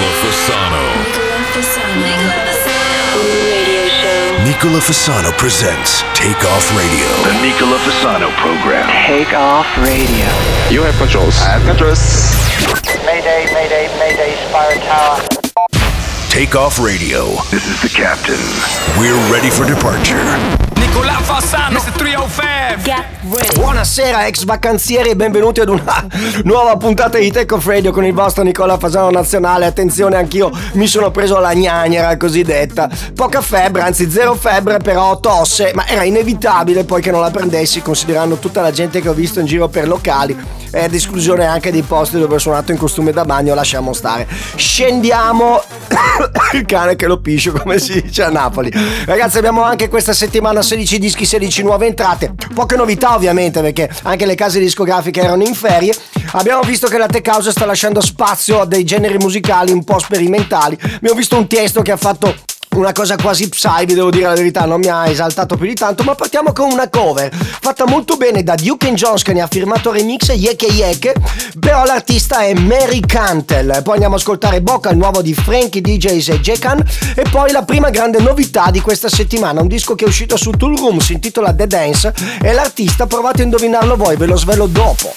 Radio show. Nicola Fasano presents Take Off Radio. The Nicola Fasano program. Take Off Radio. You have controls. I have controls. Mayday, mayday, mayday, Spire Tower. Take Off Radio. This is the captain. We're ready for departure. Nicola Fasano, Mr. 305. Get ready. Buonasera ex vacanzieri e benvenuti ad una nuova puntata di Take Off Radio con il vostro Nicola Fasano nazionale. Attenzione, anch'io mi sono preso la gnanera cosiddetta. Poca febbre, anzi zero febbre, però tosse, ma era inevitabile poi che non la prendessi considerando tutta la gente che ho visto in giro per locali ed esclusione anche dei posti dove ho suonato in costume da bagno. Lasciamo stare, scendiamo. Il cane che lo piscio, come si dice a Napoli. Ragazzi, abbiamo anche questa settimana 16 dischi, 16 nuove entrate. Poche novità ovviamente, perché anche le case discografiche erano in ferie. Abbiamo visto che la tech house sta lasciando spazio a dei generi musicali un po' sperimentali. Abbiamo visto un Tiesto che ha fatto una cosa quasi psy, vi devo dire la verità, non mi ha esaltato più di tanto, ma partiamo con una cover fatta molto bene da Duke & Jones, che ne ha firmato remix Yeke Yeke, però l'artista è Mary Cantel. Poi andiamo a ascoltare Boca, il nuovo di Frankie DJs e Jekan, e poi la prima grande novità di questa settimana, un disco che è uscito su Tool Room, si intitola The Dance, e l'artista, provate a indovinarlo voi, ve lo svelo dopo.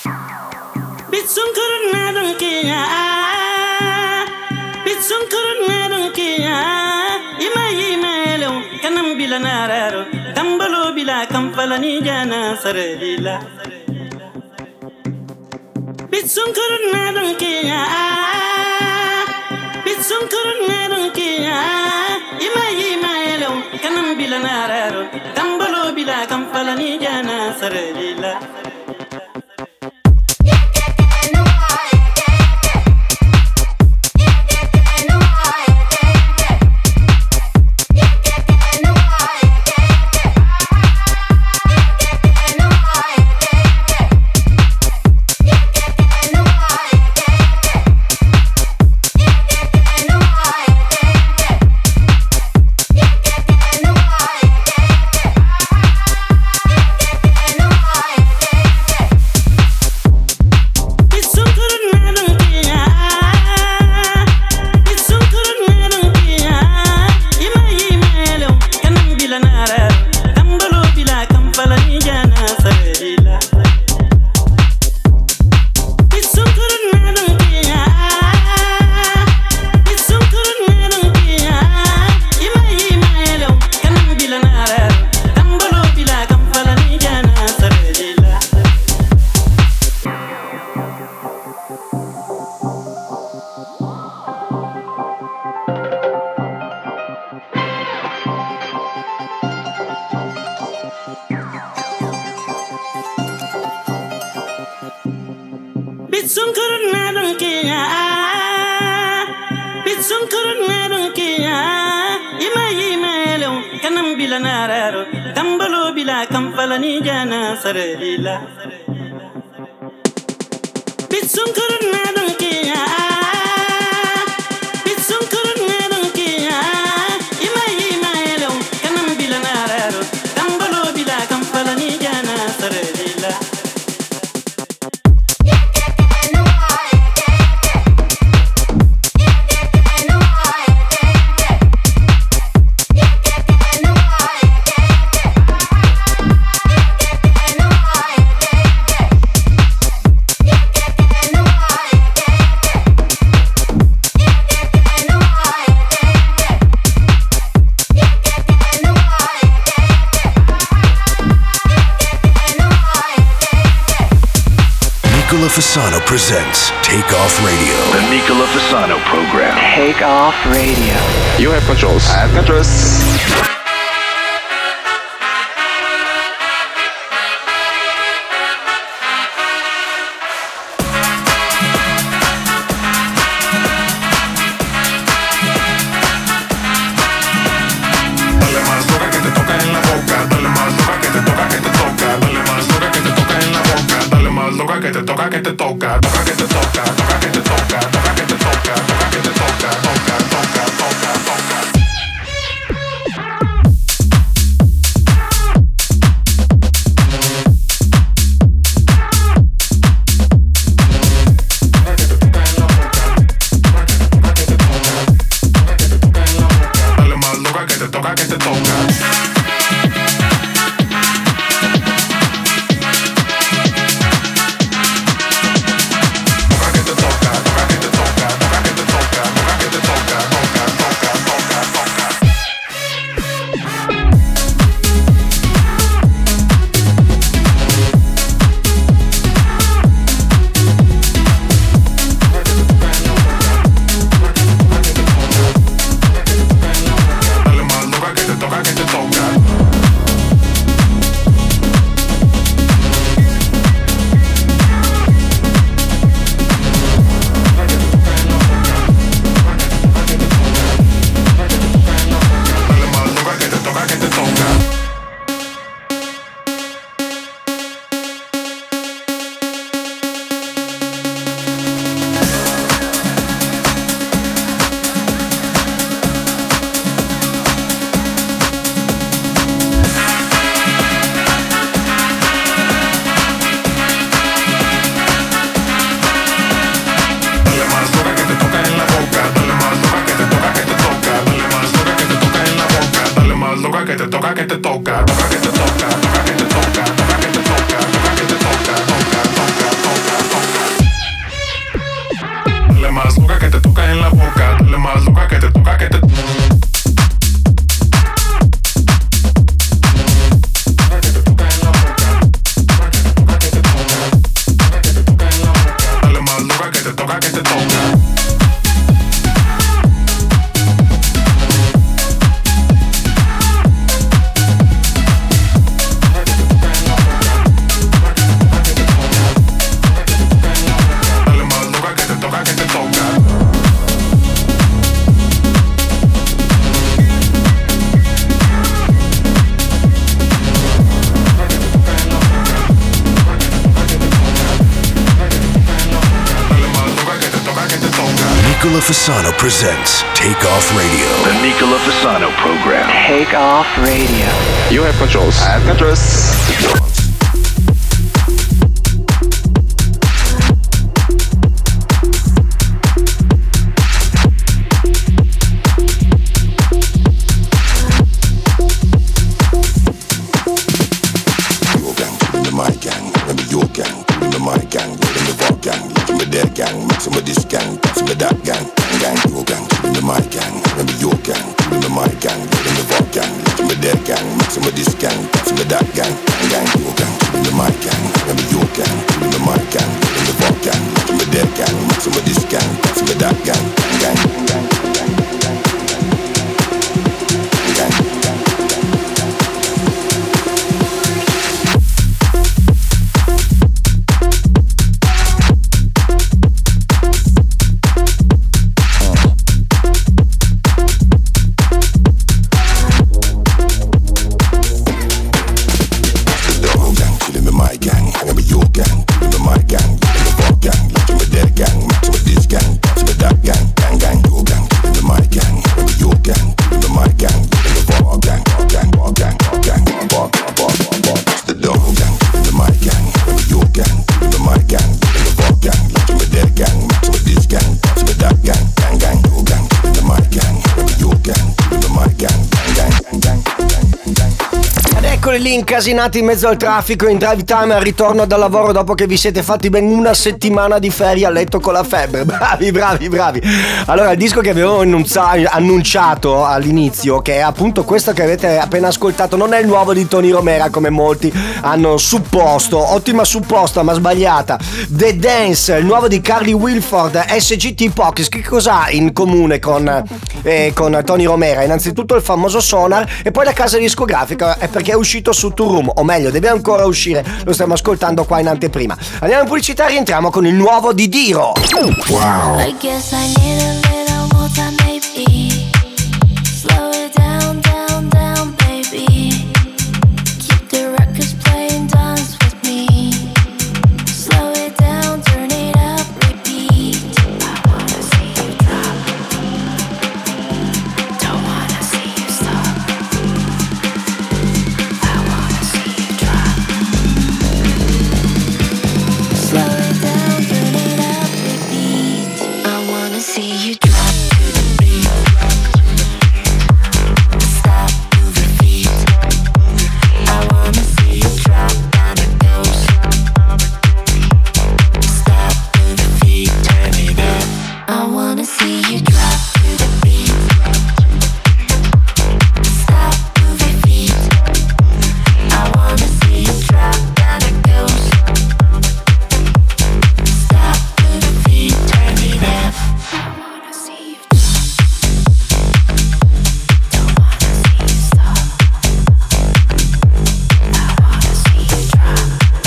Kanam bila nararo, kambalo bila kampalani jana sarelila. Bitsunkurun nadon kiya, bitsunkurun nadon kiya. Ima elo, kanam bila nararo, kambalo bila kampalani jana sarelila. Fasano presents Take Off Radio. The Nicola Fasano program. Take Off Radio. You have controls. I have controls. toca, que te toca, toca, que te toca, toca, que te toca, toca, que te toca, toca, que te toca, toca, toca, toca, toca. Dale más loca que te toca en la boca, dale más loca que te toca, que te toca. Nicola Fasano presents Take Off Radio. The Nicola Fasano program. Take Off Radio. You have controls. I have controls. Lì incasinati in mezzo al traffico in drive time al ritorno dal lavoro dopo che vi siete fatti ben una settimana di ferie a letto con la febbre. Bravi. Allora, il disco che avevo annunciato all'inizio, che è appunto questo che avete appena ascoltato, non è il nuovo di Tony Romera come molti hanno supposto. Ottima supposta ma sbagliata. The Dance, il nuovo di Carly Wilford, SGT Pox. Che cosa ha in comune con Tony Romera? Innanzitutto il famoso Sonar e poi la casa discografica, è perché è uscito su Toolroom, o meglio deve ancora uscire, lo stiamo ascoltando qua in anteprima. Andiamo in pubblicità e rientriamo con il nuovo di Diro. Wow. I guess I need a little more time, maybe. Slow it down, down, down, baby. Keep the records playing, dance with me. Slow it down, turn it up, repeat. I wanna see you drop. Don't wanna see you stop. I wanna see you drop. Slow it down, turn it up, repeat. I wanna see you drop to the beat. Stop, move your feet. I wanna see you drop down it goes. Stop, move your feet, turn it up. I wanna see you drop to the beat. Stop, move your feet. I wanna see you drop down it goes. Stop, move your feet, turn it up. I wanna see you drop. Don't wanna see you stop. I wanna see you drop.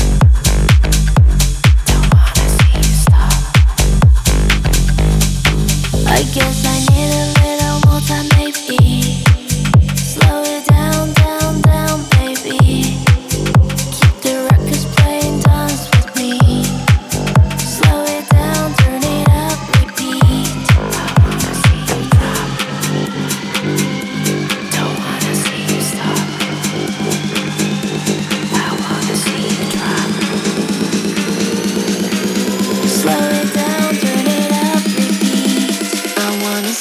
Don't wanna see you stop. I guess I need a little more time, maybe. Slow it down, down, down, baby. Keep the records playing, dance with me. Slow it down, turn it up, repeat. I wanna see you drop. Don't wanna see you stop. I wanna see you drop. Slow it down, turn it up, repeat. I wanna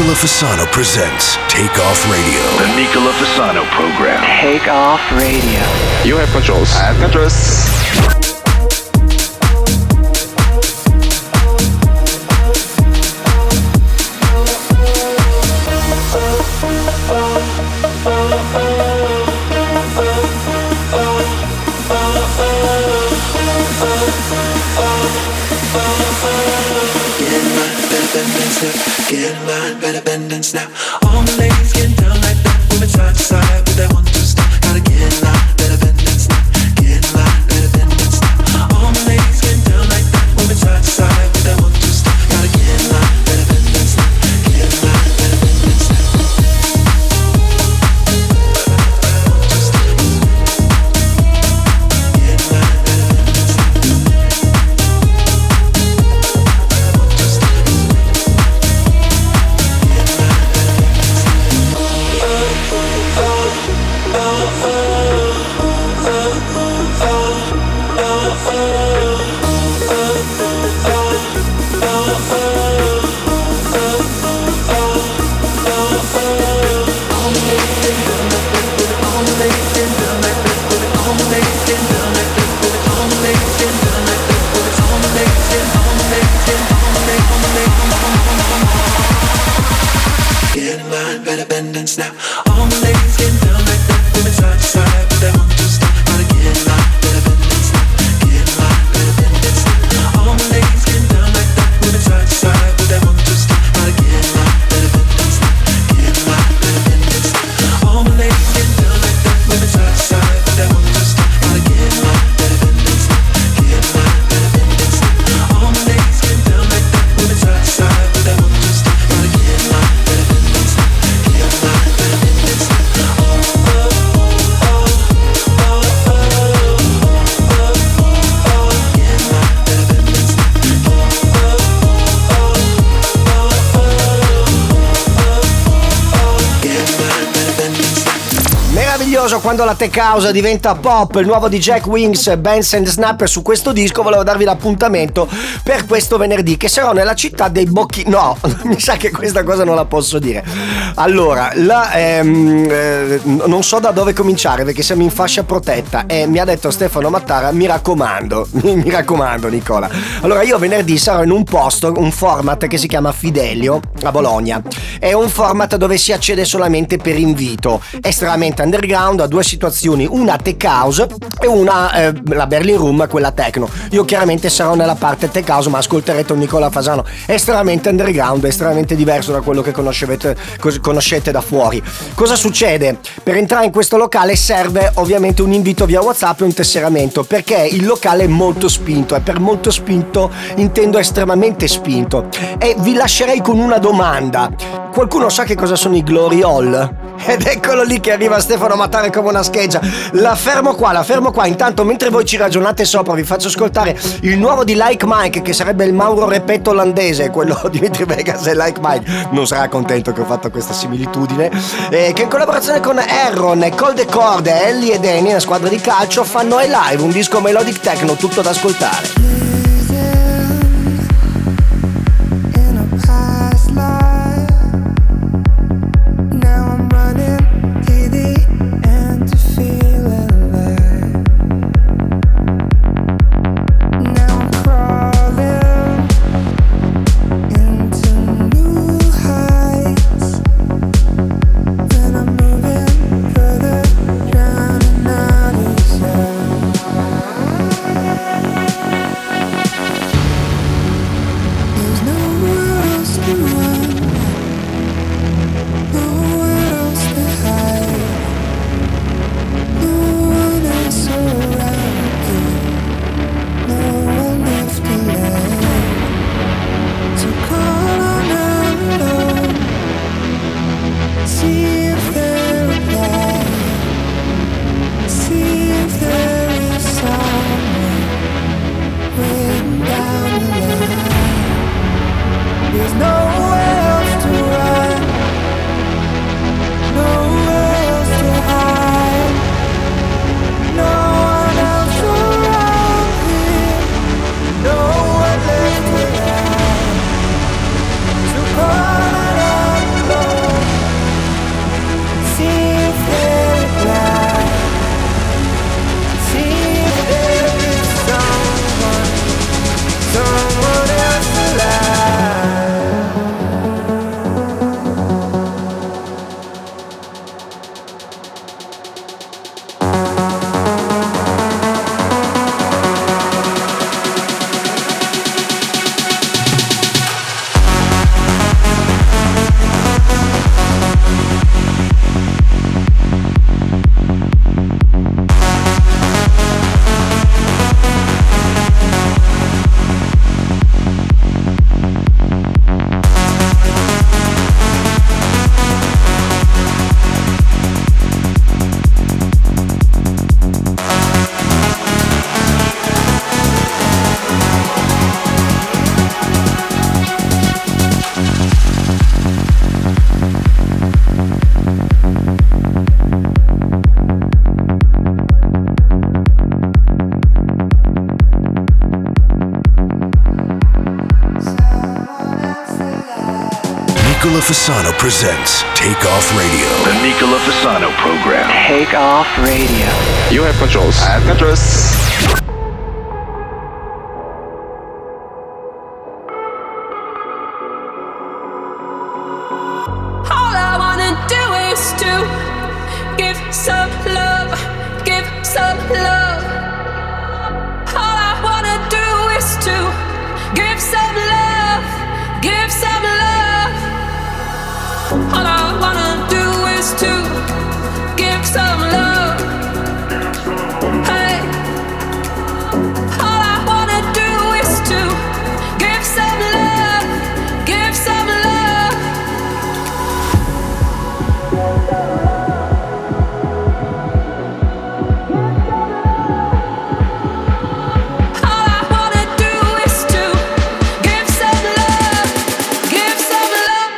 Nicola Fasano presents Take Off Radio. The Nicola Fasano program. Take Off Radio. You have controls. I have controls. Get in line, better bend and snap. All the ladies getting down like that, moving side to side with that 1, 2 step. Gotta get in line, better bend and snap. Get in line, better bend and snap. All the ladies getting down like that, moving side to side with that 1, 2 step. Gotta get in line, better bend and snap. Get in line, better bend and snap. 1, 2 step. Get in line, better bend and snap. 1, 2 step. Get in line, better bend and snap. All the ladies getting down like that, moving side to side with that 1, 2 step. Gotta get in line, better bend and snap. Get in line, better bend and snap. All the ladies getting down like that, moving side to side with that 1, 2 step. Gotta get in line, better bend and snap. Get in line, better bend and snap. All the ladies getting down like that, moving side to side with that 1, 2 step. Gotta get in line, better bend and snap. Get in line, better bend and snap. All the ladies getting down like that, moving side to side with that 1, 2 step. Gotta get in line, better bend and snap. Get in line, better bend and snap. Meraviglioso quando la tech house diventa pop, il nuovo di Jack Wings, Benz and Snapper su questo disco. Volevo darvi l'appuntamento per questo venerdì, che sarò nella città dei bocchi. No, mi sa che questa cosa non la posso dire. Allora, non so da dove cominciare perché siamo in fascia protetta e mi ha detto Stefano Mattara, mi raccomando Nicola. Allora io venerdì sarò in un posto, un format che si chiama Fidelio a Bologna. È un format dove si accede solamente per invito, estremamente underground, a due situazioni, una tech house e una la Berlin Room, quella techno. Io chiaramente sarò nella parte tech house, ma ascolterete un Nicola Fasano estremamente underground, estremamente diverso da quello che conoscete da fuori. Cosa succede? Per entrare in questo locale serve ovviamente un invito via WhatsApp e un tesseramento, perché il locale è molto spinto, e per molto spinto intendo estremamente spinto. E vi lascerei con una domanda: qualcuno sa che cosa sono i Glory Hall? Ed eccolo lì che arriva Stefano Mattara come una scheggia. La fermo qua. Intanto, mentre voi ci ragionate sopra, vi faccio ascoltare il nuovo di Like Mike, che sarebbe il Mauro Repetto olandese, quello di Dimitri Vegas. E Like Mike non sarà contento che ho fatto questa similitudine, che in collaborazione con Erron, Cold e Corde, Ellie e Danny, una squadra di calcio, fanno I Live, un disco melodic techno tutto da ascoltare. Nicola Fasano presents Take Off Radio. The Nicola Fasano program. Take Off Radio. You have controls. I have controls. All I wanna do is to give some love, give some love. All I wanna do is to give some love, give some love. All I wanna do is to give some love. Hey. All I wanna do is to give some love, give some love. All I wanna do is to give some love, give some love.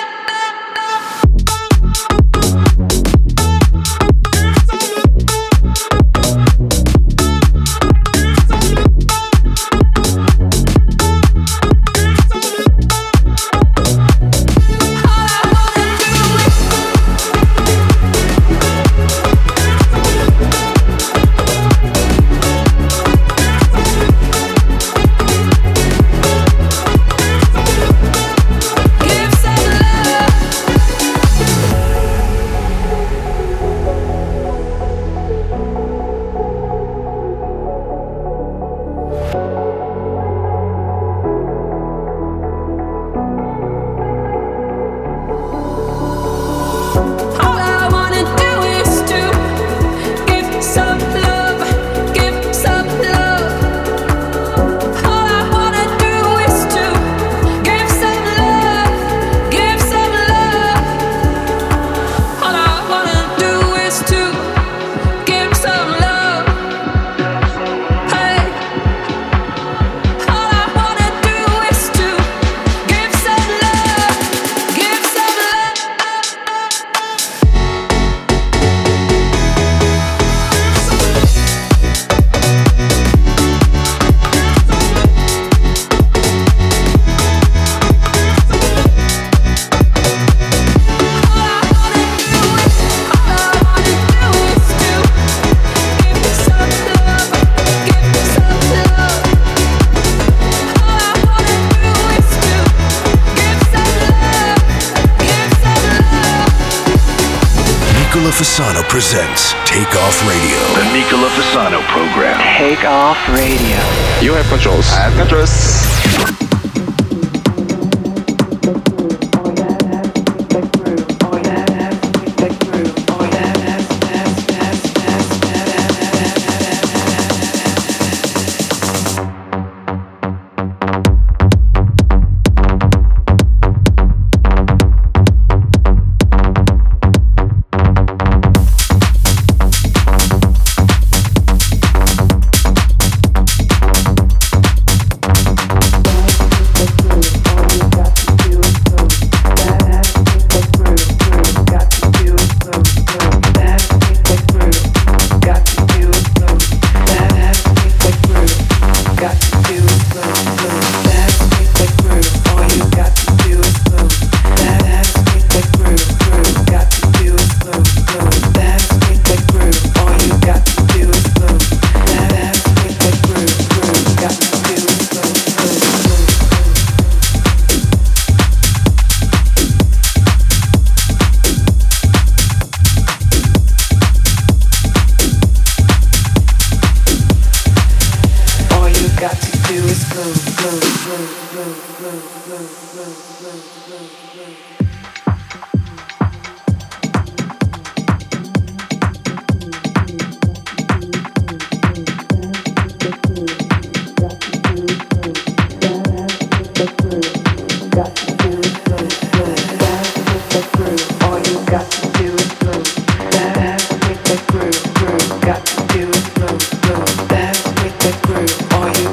All I wanna do is to give some love, give some love. All I wanna do is to give some love, give some love. All I wanna do is to give some love. Hey. All I wanna do is to give some love, give some love. Nicola Fasano presents Take Off Radio. The Nicola Fasano program. Take Off Radio. You have controls. I have controls.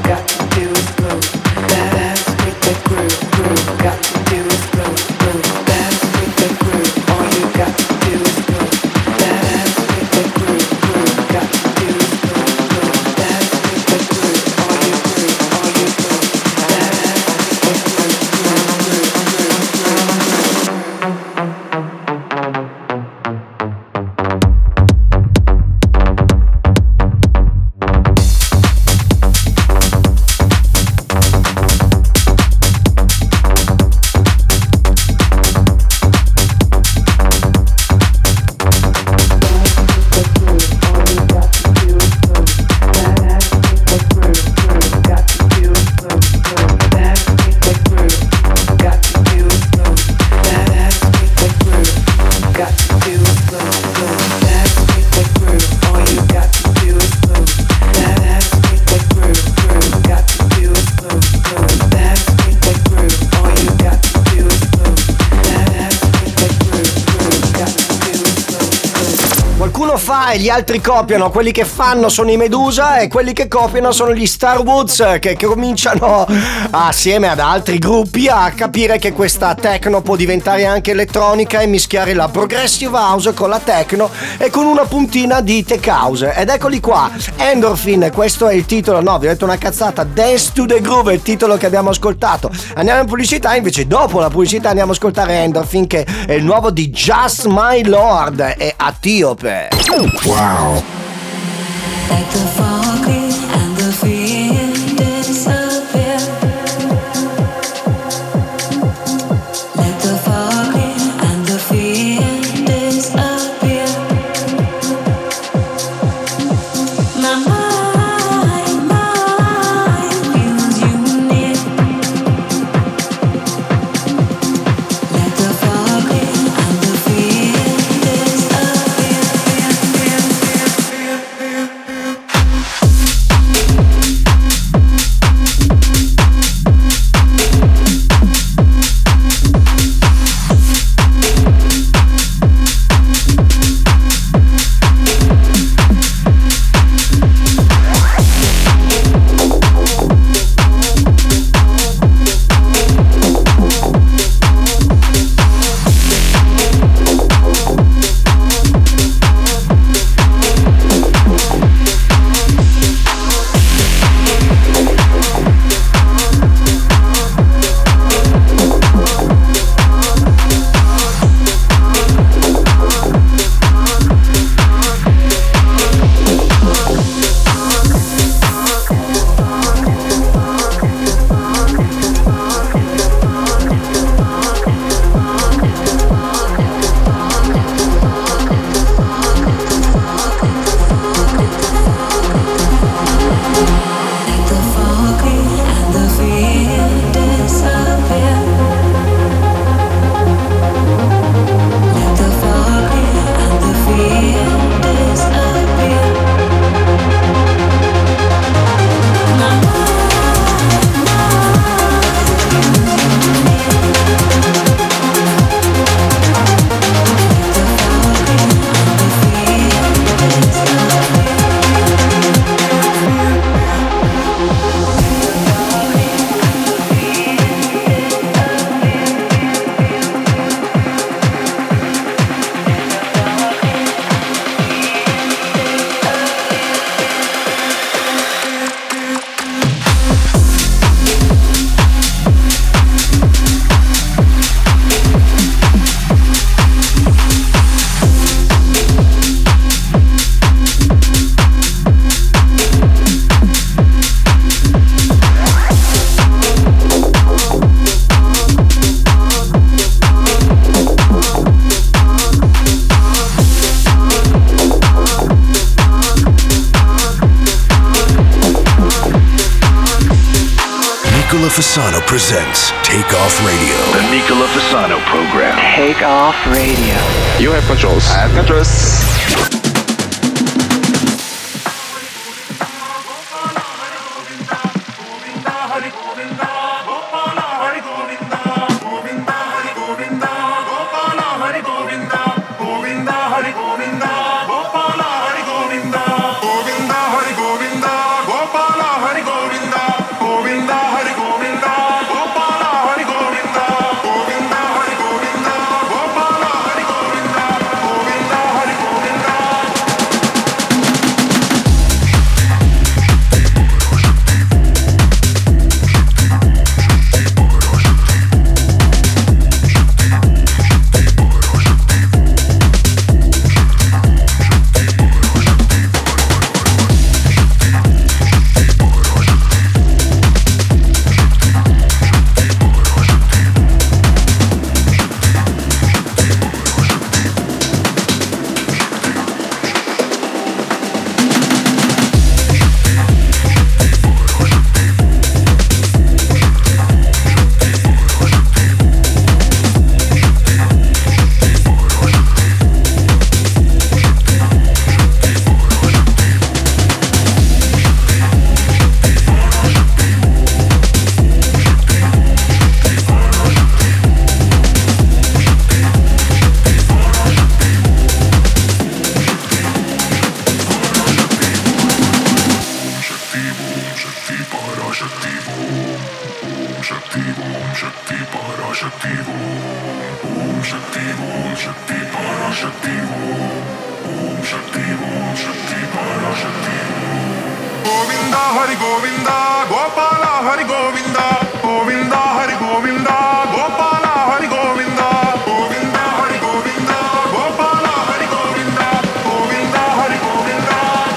Got to do is move, move. fa e gli altri copiano. Quelli che fanno sono i Medusa e quelli che copiano sono gli Starwoods, che cominciano assieme ad altri gruppi a capire che questa techno può diventare anche elettronica e mischiare la progressive house con la techno e con una puntina di tech house. Ed eccoli qua, Endorphin, questo è il titolo. No, vi ho detto una cazzata. Dance to the Groove è il titolo che abbiamo ascoltato. Andiamo in pubblicità, invece dopo la pubblicità andiamo a ascoltare Endorphin, che è il nuovo di Just My Lord e Atiope. Wow. Let the fog clear and the fear disappear. Let the fog clear and the fear disappear. My mind feels you near. Let the fog clear and the fear disappear. Nicola Fasano presents Take Off Radio. The Nicola Fasano program. Take Off Radio. You have controls. I have controls. Govinda Hari Govinda Gopala Hari Govinda Govinda Hari Govinda Gopala Hari Govinda Govinda Hari Govinda Gopala Hari Govinda Govinda Hari Govinda.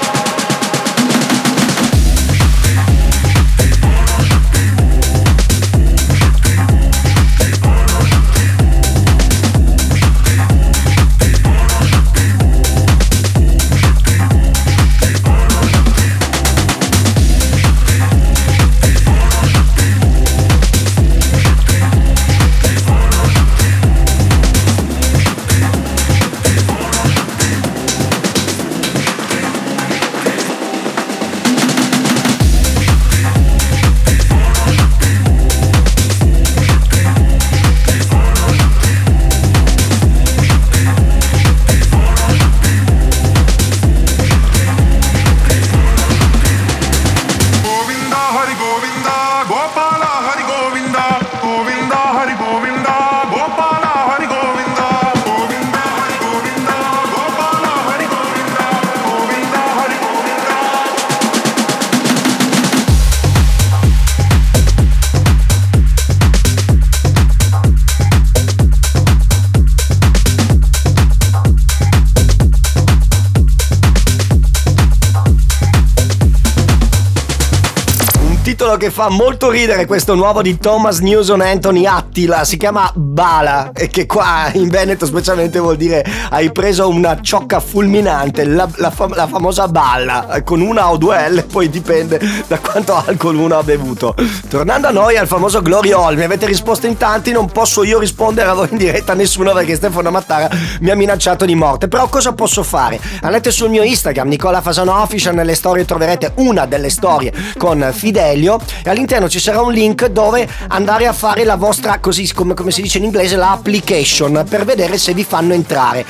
Che fa molto ridere questo nuovo di Thomas Newson Anthony Attila, si chiama Bala, e che qua in Veneto specialmente vuol dire hai preso una ciocca fulminante, la famosa balla, con una o due L, poi dipende da quanto alcol uno ha bevuto. Tornando a noi, al famoso Glory Hall, mi avete risposto in tanti, non posso io rispondere a voi in diretta, nessuno, perché Stefano Mattara mi ha minacciato di morte, però cosa posso fare? Andate sul mio Instagram, Nicola Fasano Official, nelle storie troverete una delle storie con Fidelio, e all'interno ci sarà un link dove andare a fare la vostra, così come si dice in inglese, la application, per vedere se vi fanno entrare.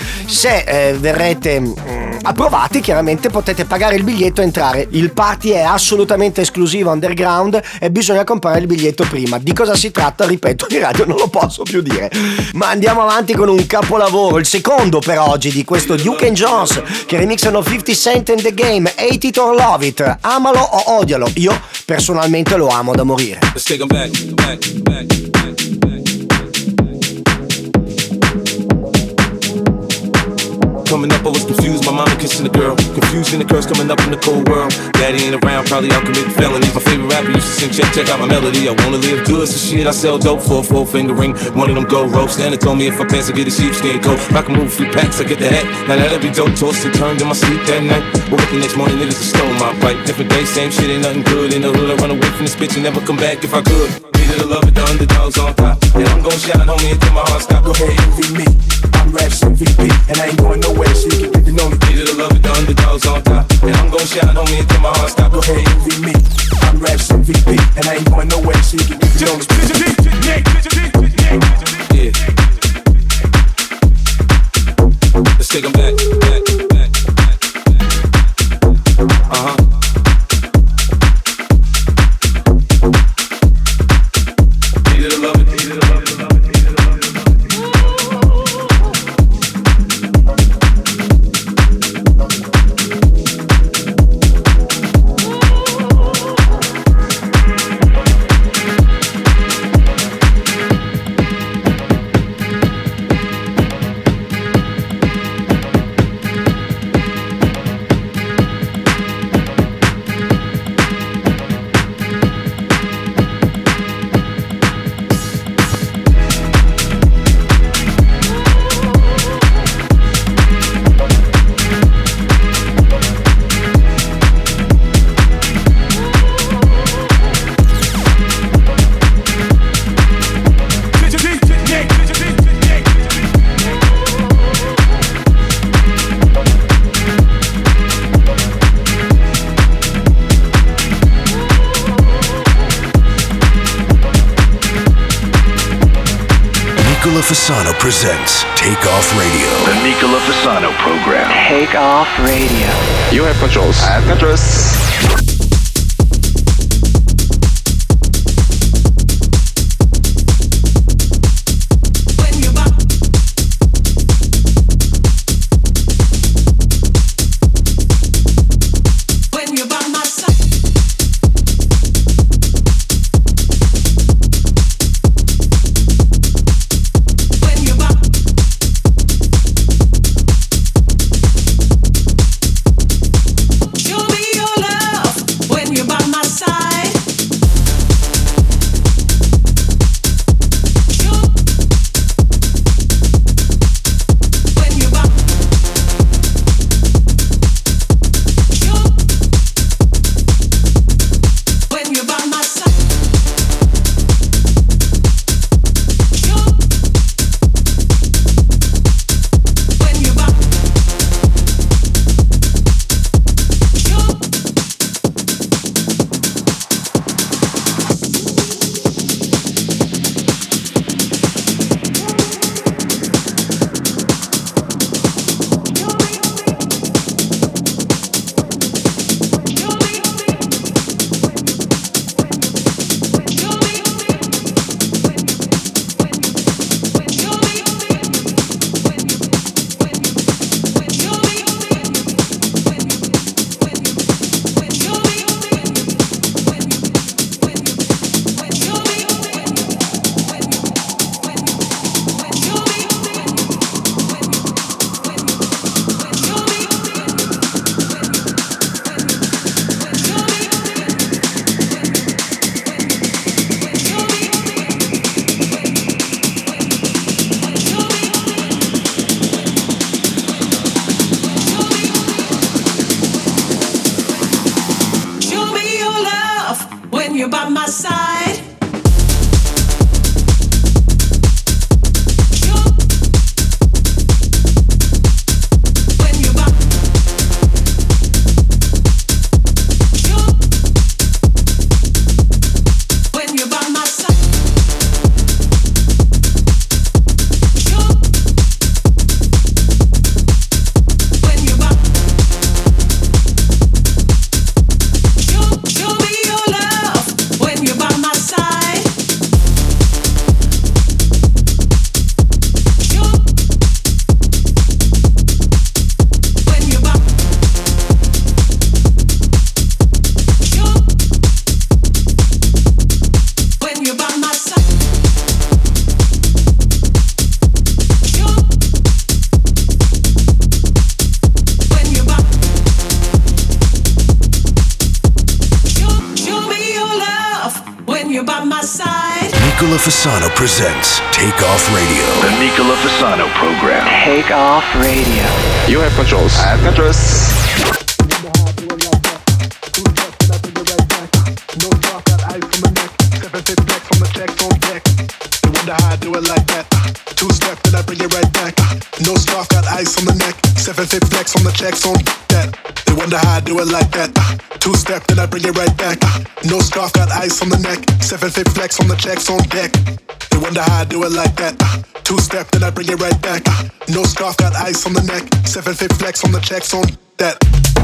Se verrete approvati, chiaramente potete pagare il biglietto e entrare. Il party è assolutamente esclusivo, underground, e bisogna comprare il biglietto prima. Di cosa si tratta, ripeto, in radio non lo posso più dire. Ma andiamo avanti con un capolavoro, il secondo per oggi di questo Duke and Jones, che remixano 50 Cent and The Game, Hate It or Love It, amalo o odialo. Io personalmente lo amo da morire. Let's take 'em back. Coming up, I was confused, my mama kissing the girl. Confusing the curse coming up in the cold world. Daddy ain't around, probably out committing felonies. My favorite rapper used to sing, check out my melody. I wanna live good, so shit, I sell dope for a 4-finger ring. One of them gold ropes. Nana told me if I pass, I get a sheepskin coat. If I can move a few packs, I get the hat. Now that'll be dope, tossed and turned in my sleep that night. Woke up the next morning, niggas just stole my bike. Different day, same shit, ain't nothing good. In the hood, I run away from this bitch and never come back if I could. Needed to love it, the underdogs on top. And I'm gon' shine, homie, until my heart stop. Go ahead, envy me. I'm Raps MVP, and I ain't going nowhere, so you can get to know me. Needed to love it, the underdogs on top. And I'm gon' shine, homie, until my heart stop. Go ahead, envy me. I'm Raps MVP, and I ain't going nowhere, so you can get to know me. Yeah. Let's take 'em back. Uh-huh. Needed to love it, needed to love it. Nicola Fasano presents Take Off Radio. The Nicola Fasano program. Take Off Radio. You have controls. I have controls. Fasano presents Take Off Radio. The Nicola Fasano program. Take Off Radio. You have controls. I have controls. Do it like that. Two-step, then I bring it right back. No scarf, got ice on the neck. 7-fit flex on the checks on that. They wonder how I do it like that. Two-step, then I bring it right back. No scarf, got ice on the neck. 7-fit flex on the checks on deck. They wonder how I do it like that. Two-step, then I bring it right back. No scarf, got ice on the neck. 7-fit flex on the checks on that.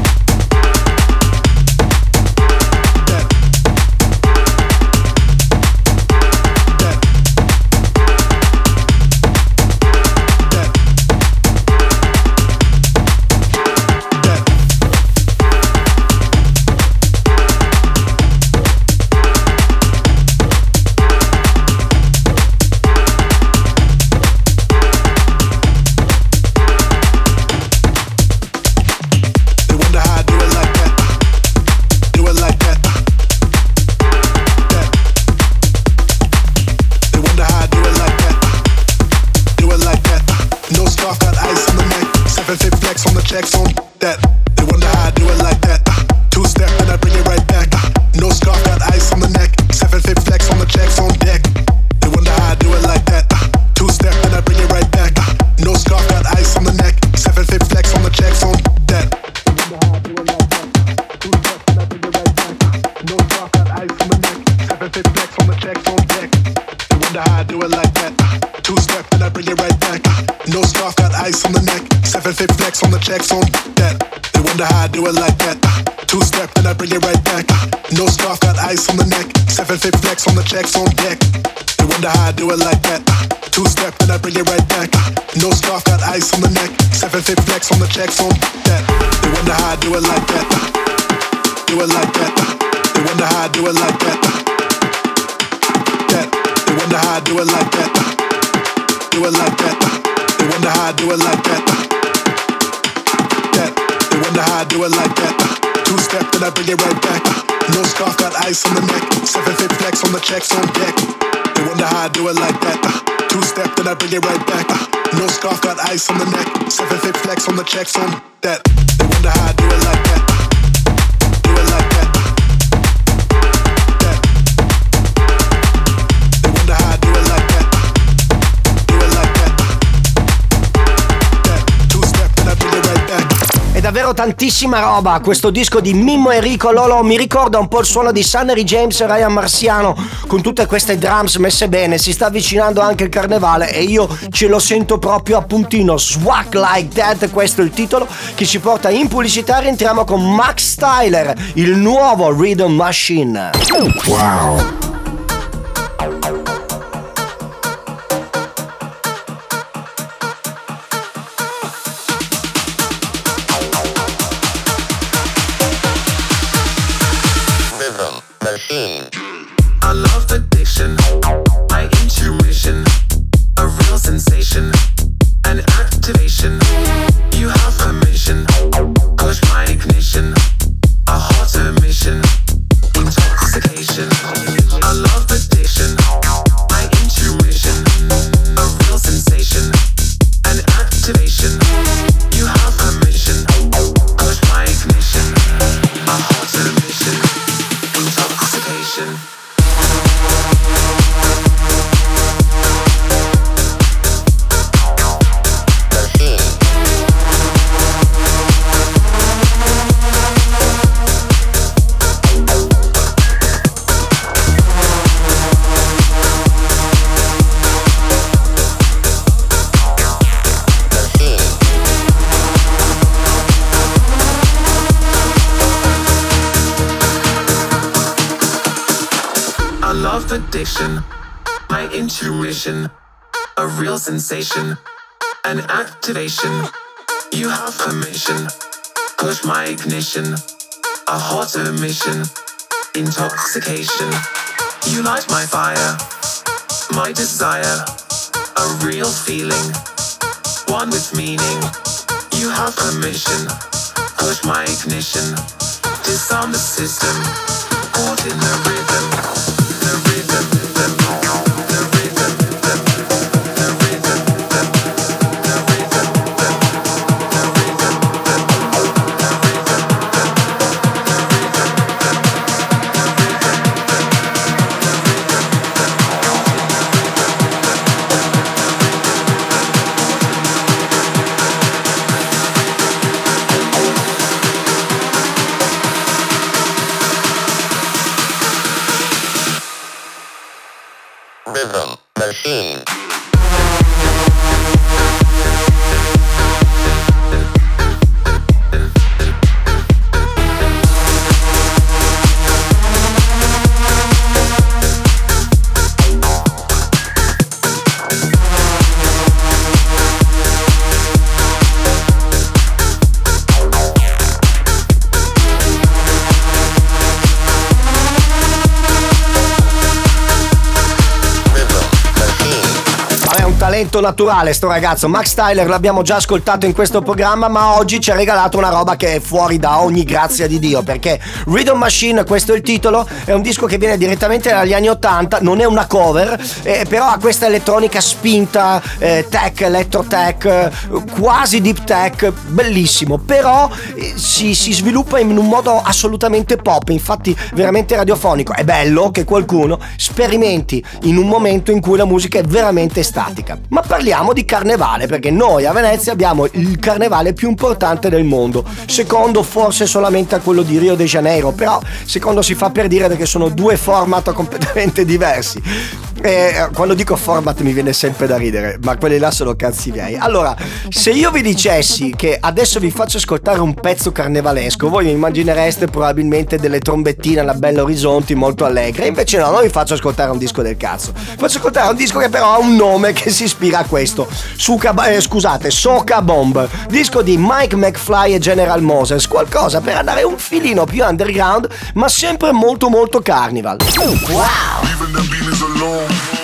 Checks on that. They wonder how I do it like that. Two-step and I bring it right back. No scarf, got ice on the neck. 7-fit flex on the checks on deck. They wonder how I do it like that. Two-step and I bring it right back. No scarf, got ice on the neck. 7-fit flex on the checks on that. They wonder how I do it like that. Two-step and I bring it right back. No scarf, got ice on the neck. 7-fit flex on the checks on deck. They wonder how I do it like that. Two-step and I bring it right back. No scarf, got ice on the neck. 7-fit flex on the checks on that. They wonder how I do it like that. Two-step and I bring it right back. No scarf, got ice on the neck. 7-fit flex on the checks on deck. They wonder how I do it like that. Two-step and I bring it right back. No scarf, got ice on the neck. 7-fit flex on the checks on that. They wonder how I do it like that. Do it like that. They wonder how I do it like that. That. They wonder how I do it like that. Do it like that. They wonder how I do it like that. That. They wonder how I do it like that. Two-step, then I bring it right back. No scarf, got ice on the neck. 7-fit flex on the checks on deck. They wonder how I do it like that. Two-step, then I bring it right back. No scarf, got ice on the neck. 7-fit flex on the checks on that. They wonder how I do it like that. Do it like that. That. They wonder how I do it like that. Do it like that. That. Two-step, then I bring it right back. È davvero tantissima roba questo disco di Mimmo Enrico Lolo. Mi ricorda un po' il suono di Sunnery James e Ryan Marciano, con tutte queste drums messe bene. Si sta avvicinando anche il carnevale e io ce lo sento proprio a puntino. Swag Like That, questo è il titolo che ci porta in pubblicità. Rientriamo con Max Tyler, il nuovo Rhythm Machine. Wow. I love addiction, my intuition, a real sensation, an activation. You have permission, push my ignition, a hotter mission, intoxication. I love addiction, my intuition, a real sensation, an activation. You have permission, push my ignition, a hotter mission, intoxication. Addiction, my intuition, a real sensation, an activation. You have permission, push my ignition, a hotter mission, intoxication. You light my fire, my desire, a real feeling, one with meaning. You have permission, push my ignition, disarm the system, caught in the rhythm, the rhythm, the rhythm. un talento naturale sto ragazzo. Max Tyler l'abbiamo già ascoltato in questo programma, ma oggi ci ha regalato una roba che è fuori da ogni grazia di Dio, perché Rhythm Machine, questo è il titolo, è un disco che viene direttamente dagli anni 80, non è una cover, però ha questa elettronica spinta, tech, electro tech, quasi deep tech, bellissimo, però si sviluppa in un modo assolutamente pop, infatti veramente radiofonico. È bello che qualcuno sperimenti in un momento in cui la musica è veramente statica. Ma parliamo di carnevale, perché noi a Venezia abbiamo il carnevale più importante del mondo, secondo forse solamente a quello di Rio de Janeiro, però secondo si fa per dire perché sono due format completamente diversi. Quando dico format mi viene sempre da ridere, ma quelli là sono cazzi miei. Allora, se io vi dicessi che adesso vi faccio ascoltare un pezzo carnevalesco, voi mi immaginereste probabilmente delle trombettine alla Bella Horizonti molto allegre. Invece no, non vi faccio ascoltare un disco del cazzo. Faccio ascoltare un disco che però ha un nome che si ispira a questo. Soca Bomb, disco di Mike McFly e General Moses, qualcosa per andare un filino più underground, ma sempre molto molto carnival. Wow! Leaving the beanies alone.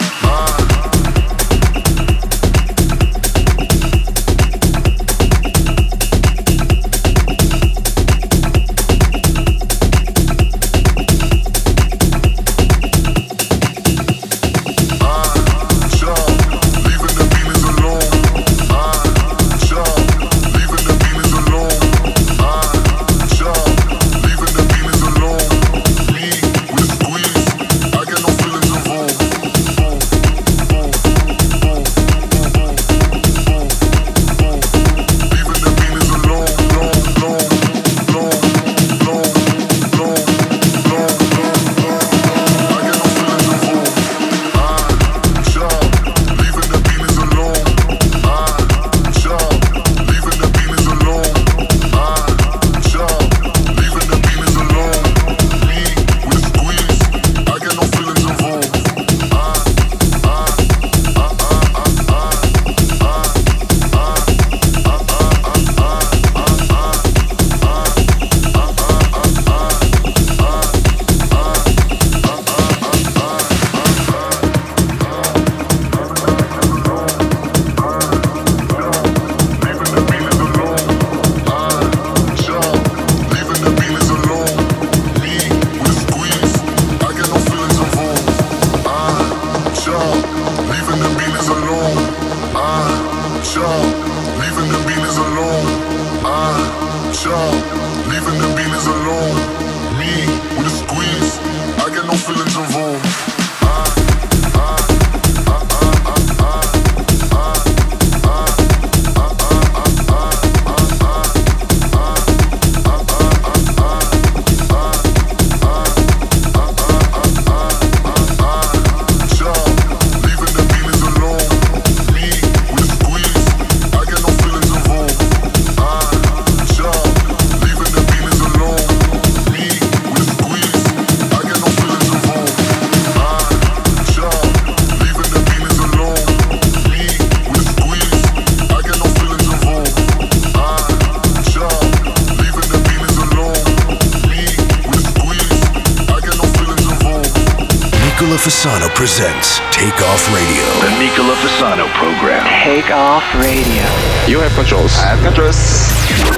Fasano presents Take Off Radio. The Nicola Fasano program. Take Off Radio. You have controls. I have controls.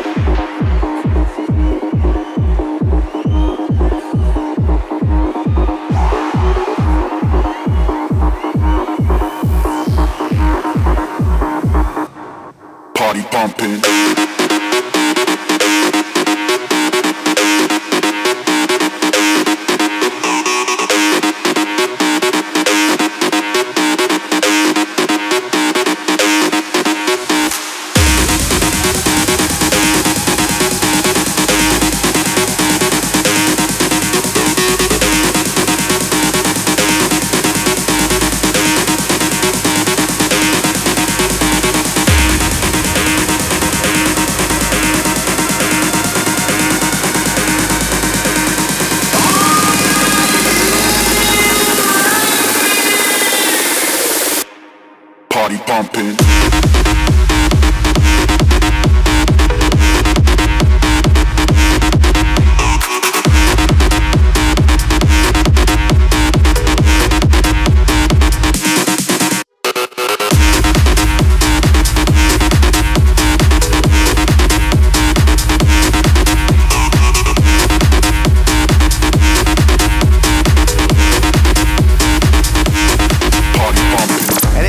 Party pumping. Party pumping.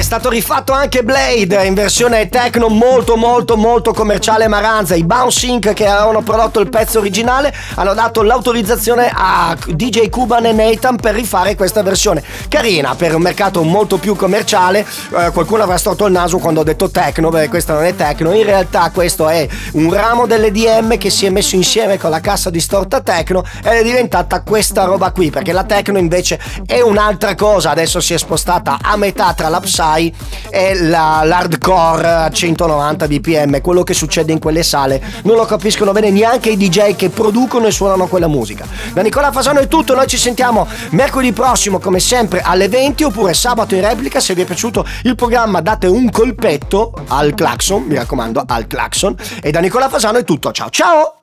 stato rifatto anche Blade in versione techno molto molto molto commerciale Maranza. I Bounce Inc. che avevano prodotto il pezzo originale hanno dato l'autorizzazione a DJ Kuban e Nathan per rifare questa versione carina per un mercato molto più commerciale. Qualcuno avrà storto il naso quando ho detto techno, perché questa non è techno, in realtà questo è un ramo dell'EDM che si è messo insieme con la cassa distorta techno ed è diventata questa roba qui, perché la techno invece è un'altra cosa, adesso si è spostata a metà tra la Psy e l'hardcore a 190 bpm. Quello che succede in quelle sale non lo capiscono bene neanche i DJ che producono e suonano quella musica. Da Nicola Fasano è tutto, noi ci sentiamo mercoledì prossimo come sempre alle 20 oppure sabato in replica. Se vi è piaciuto il programma date un colpetto al clacson, mi raccomando, al clacson. E da Nicola Fasano è tutto, ciao ciao.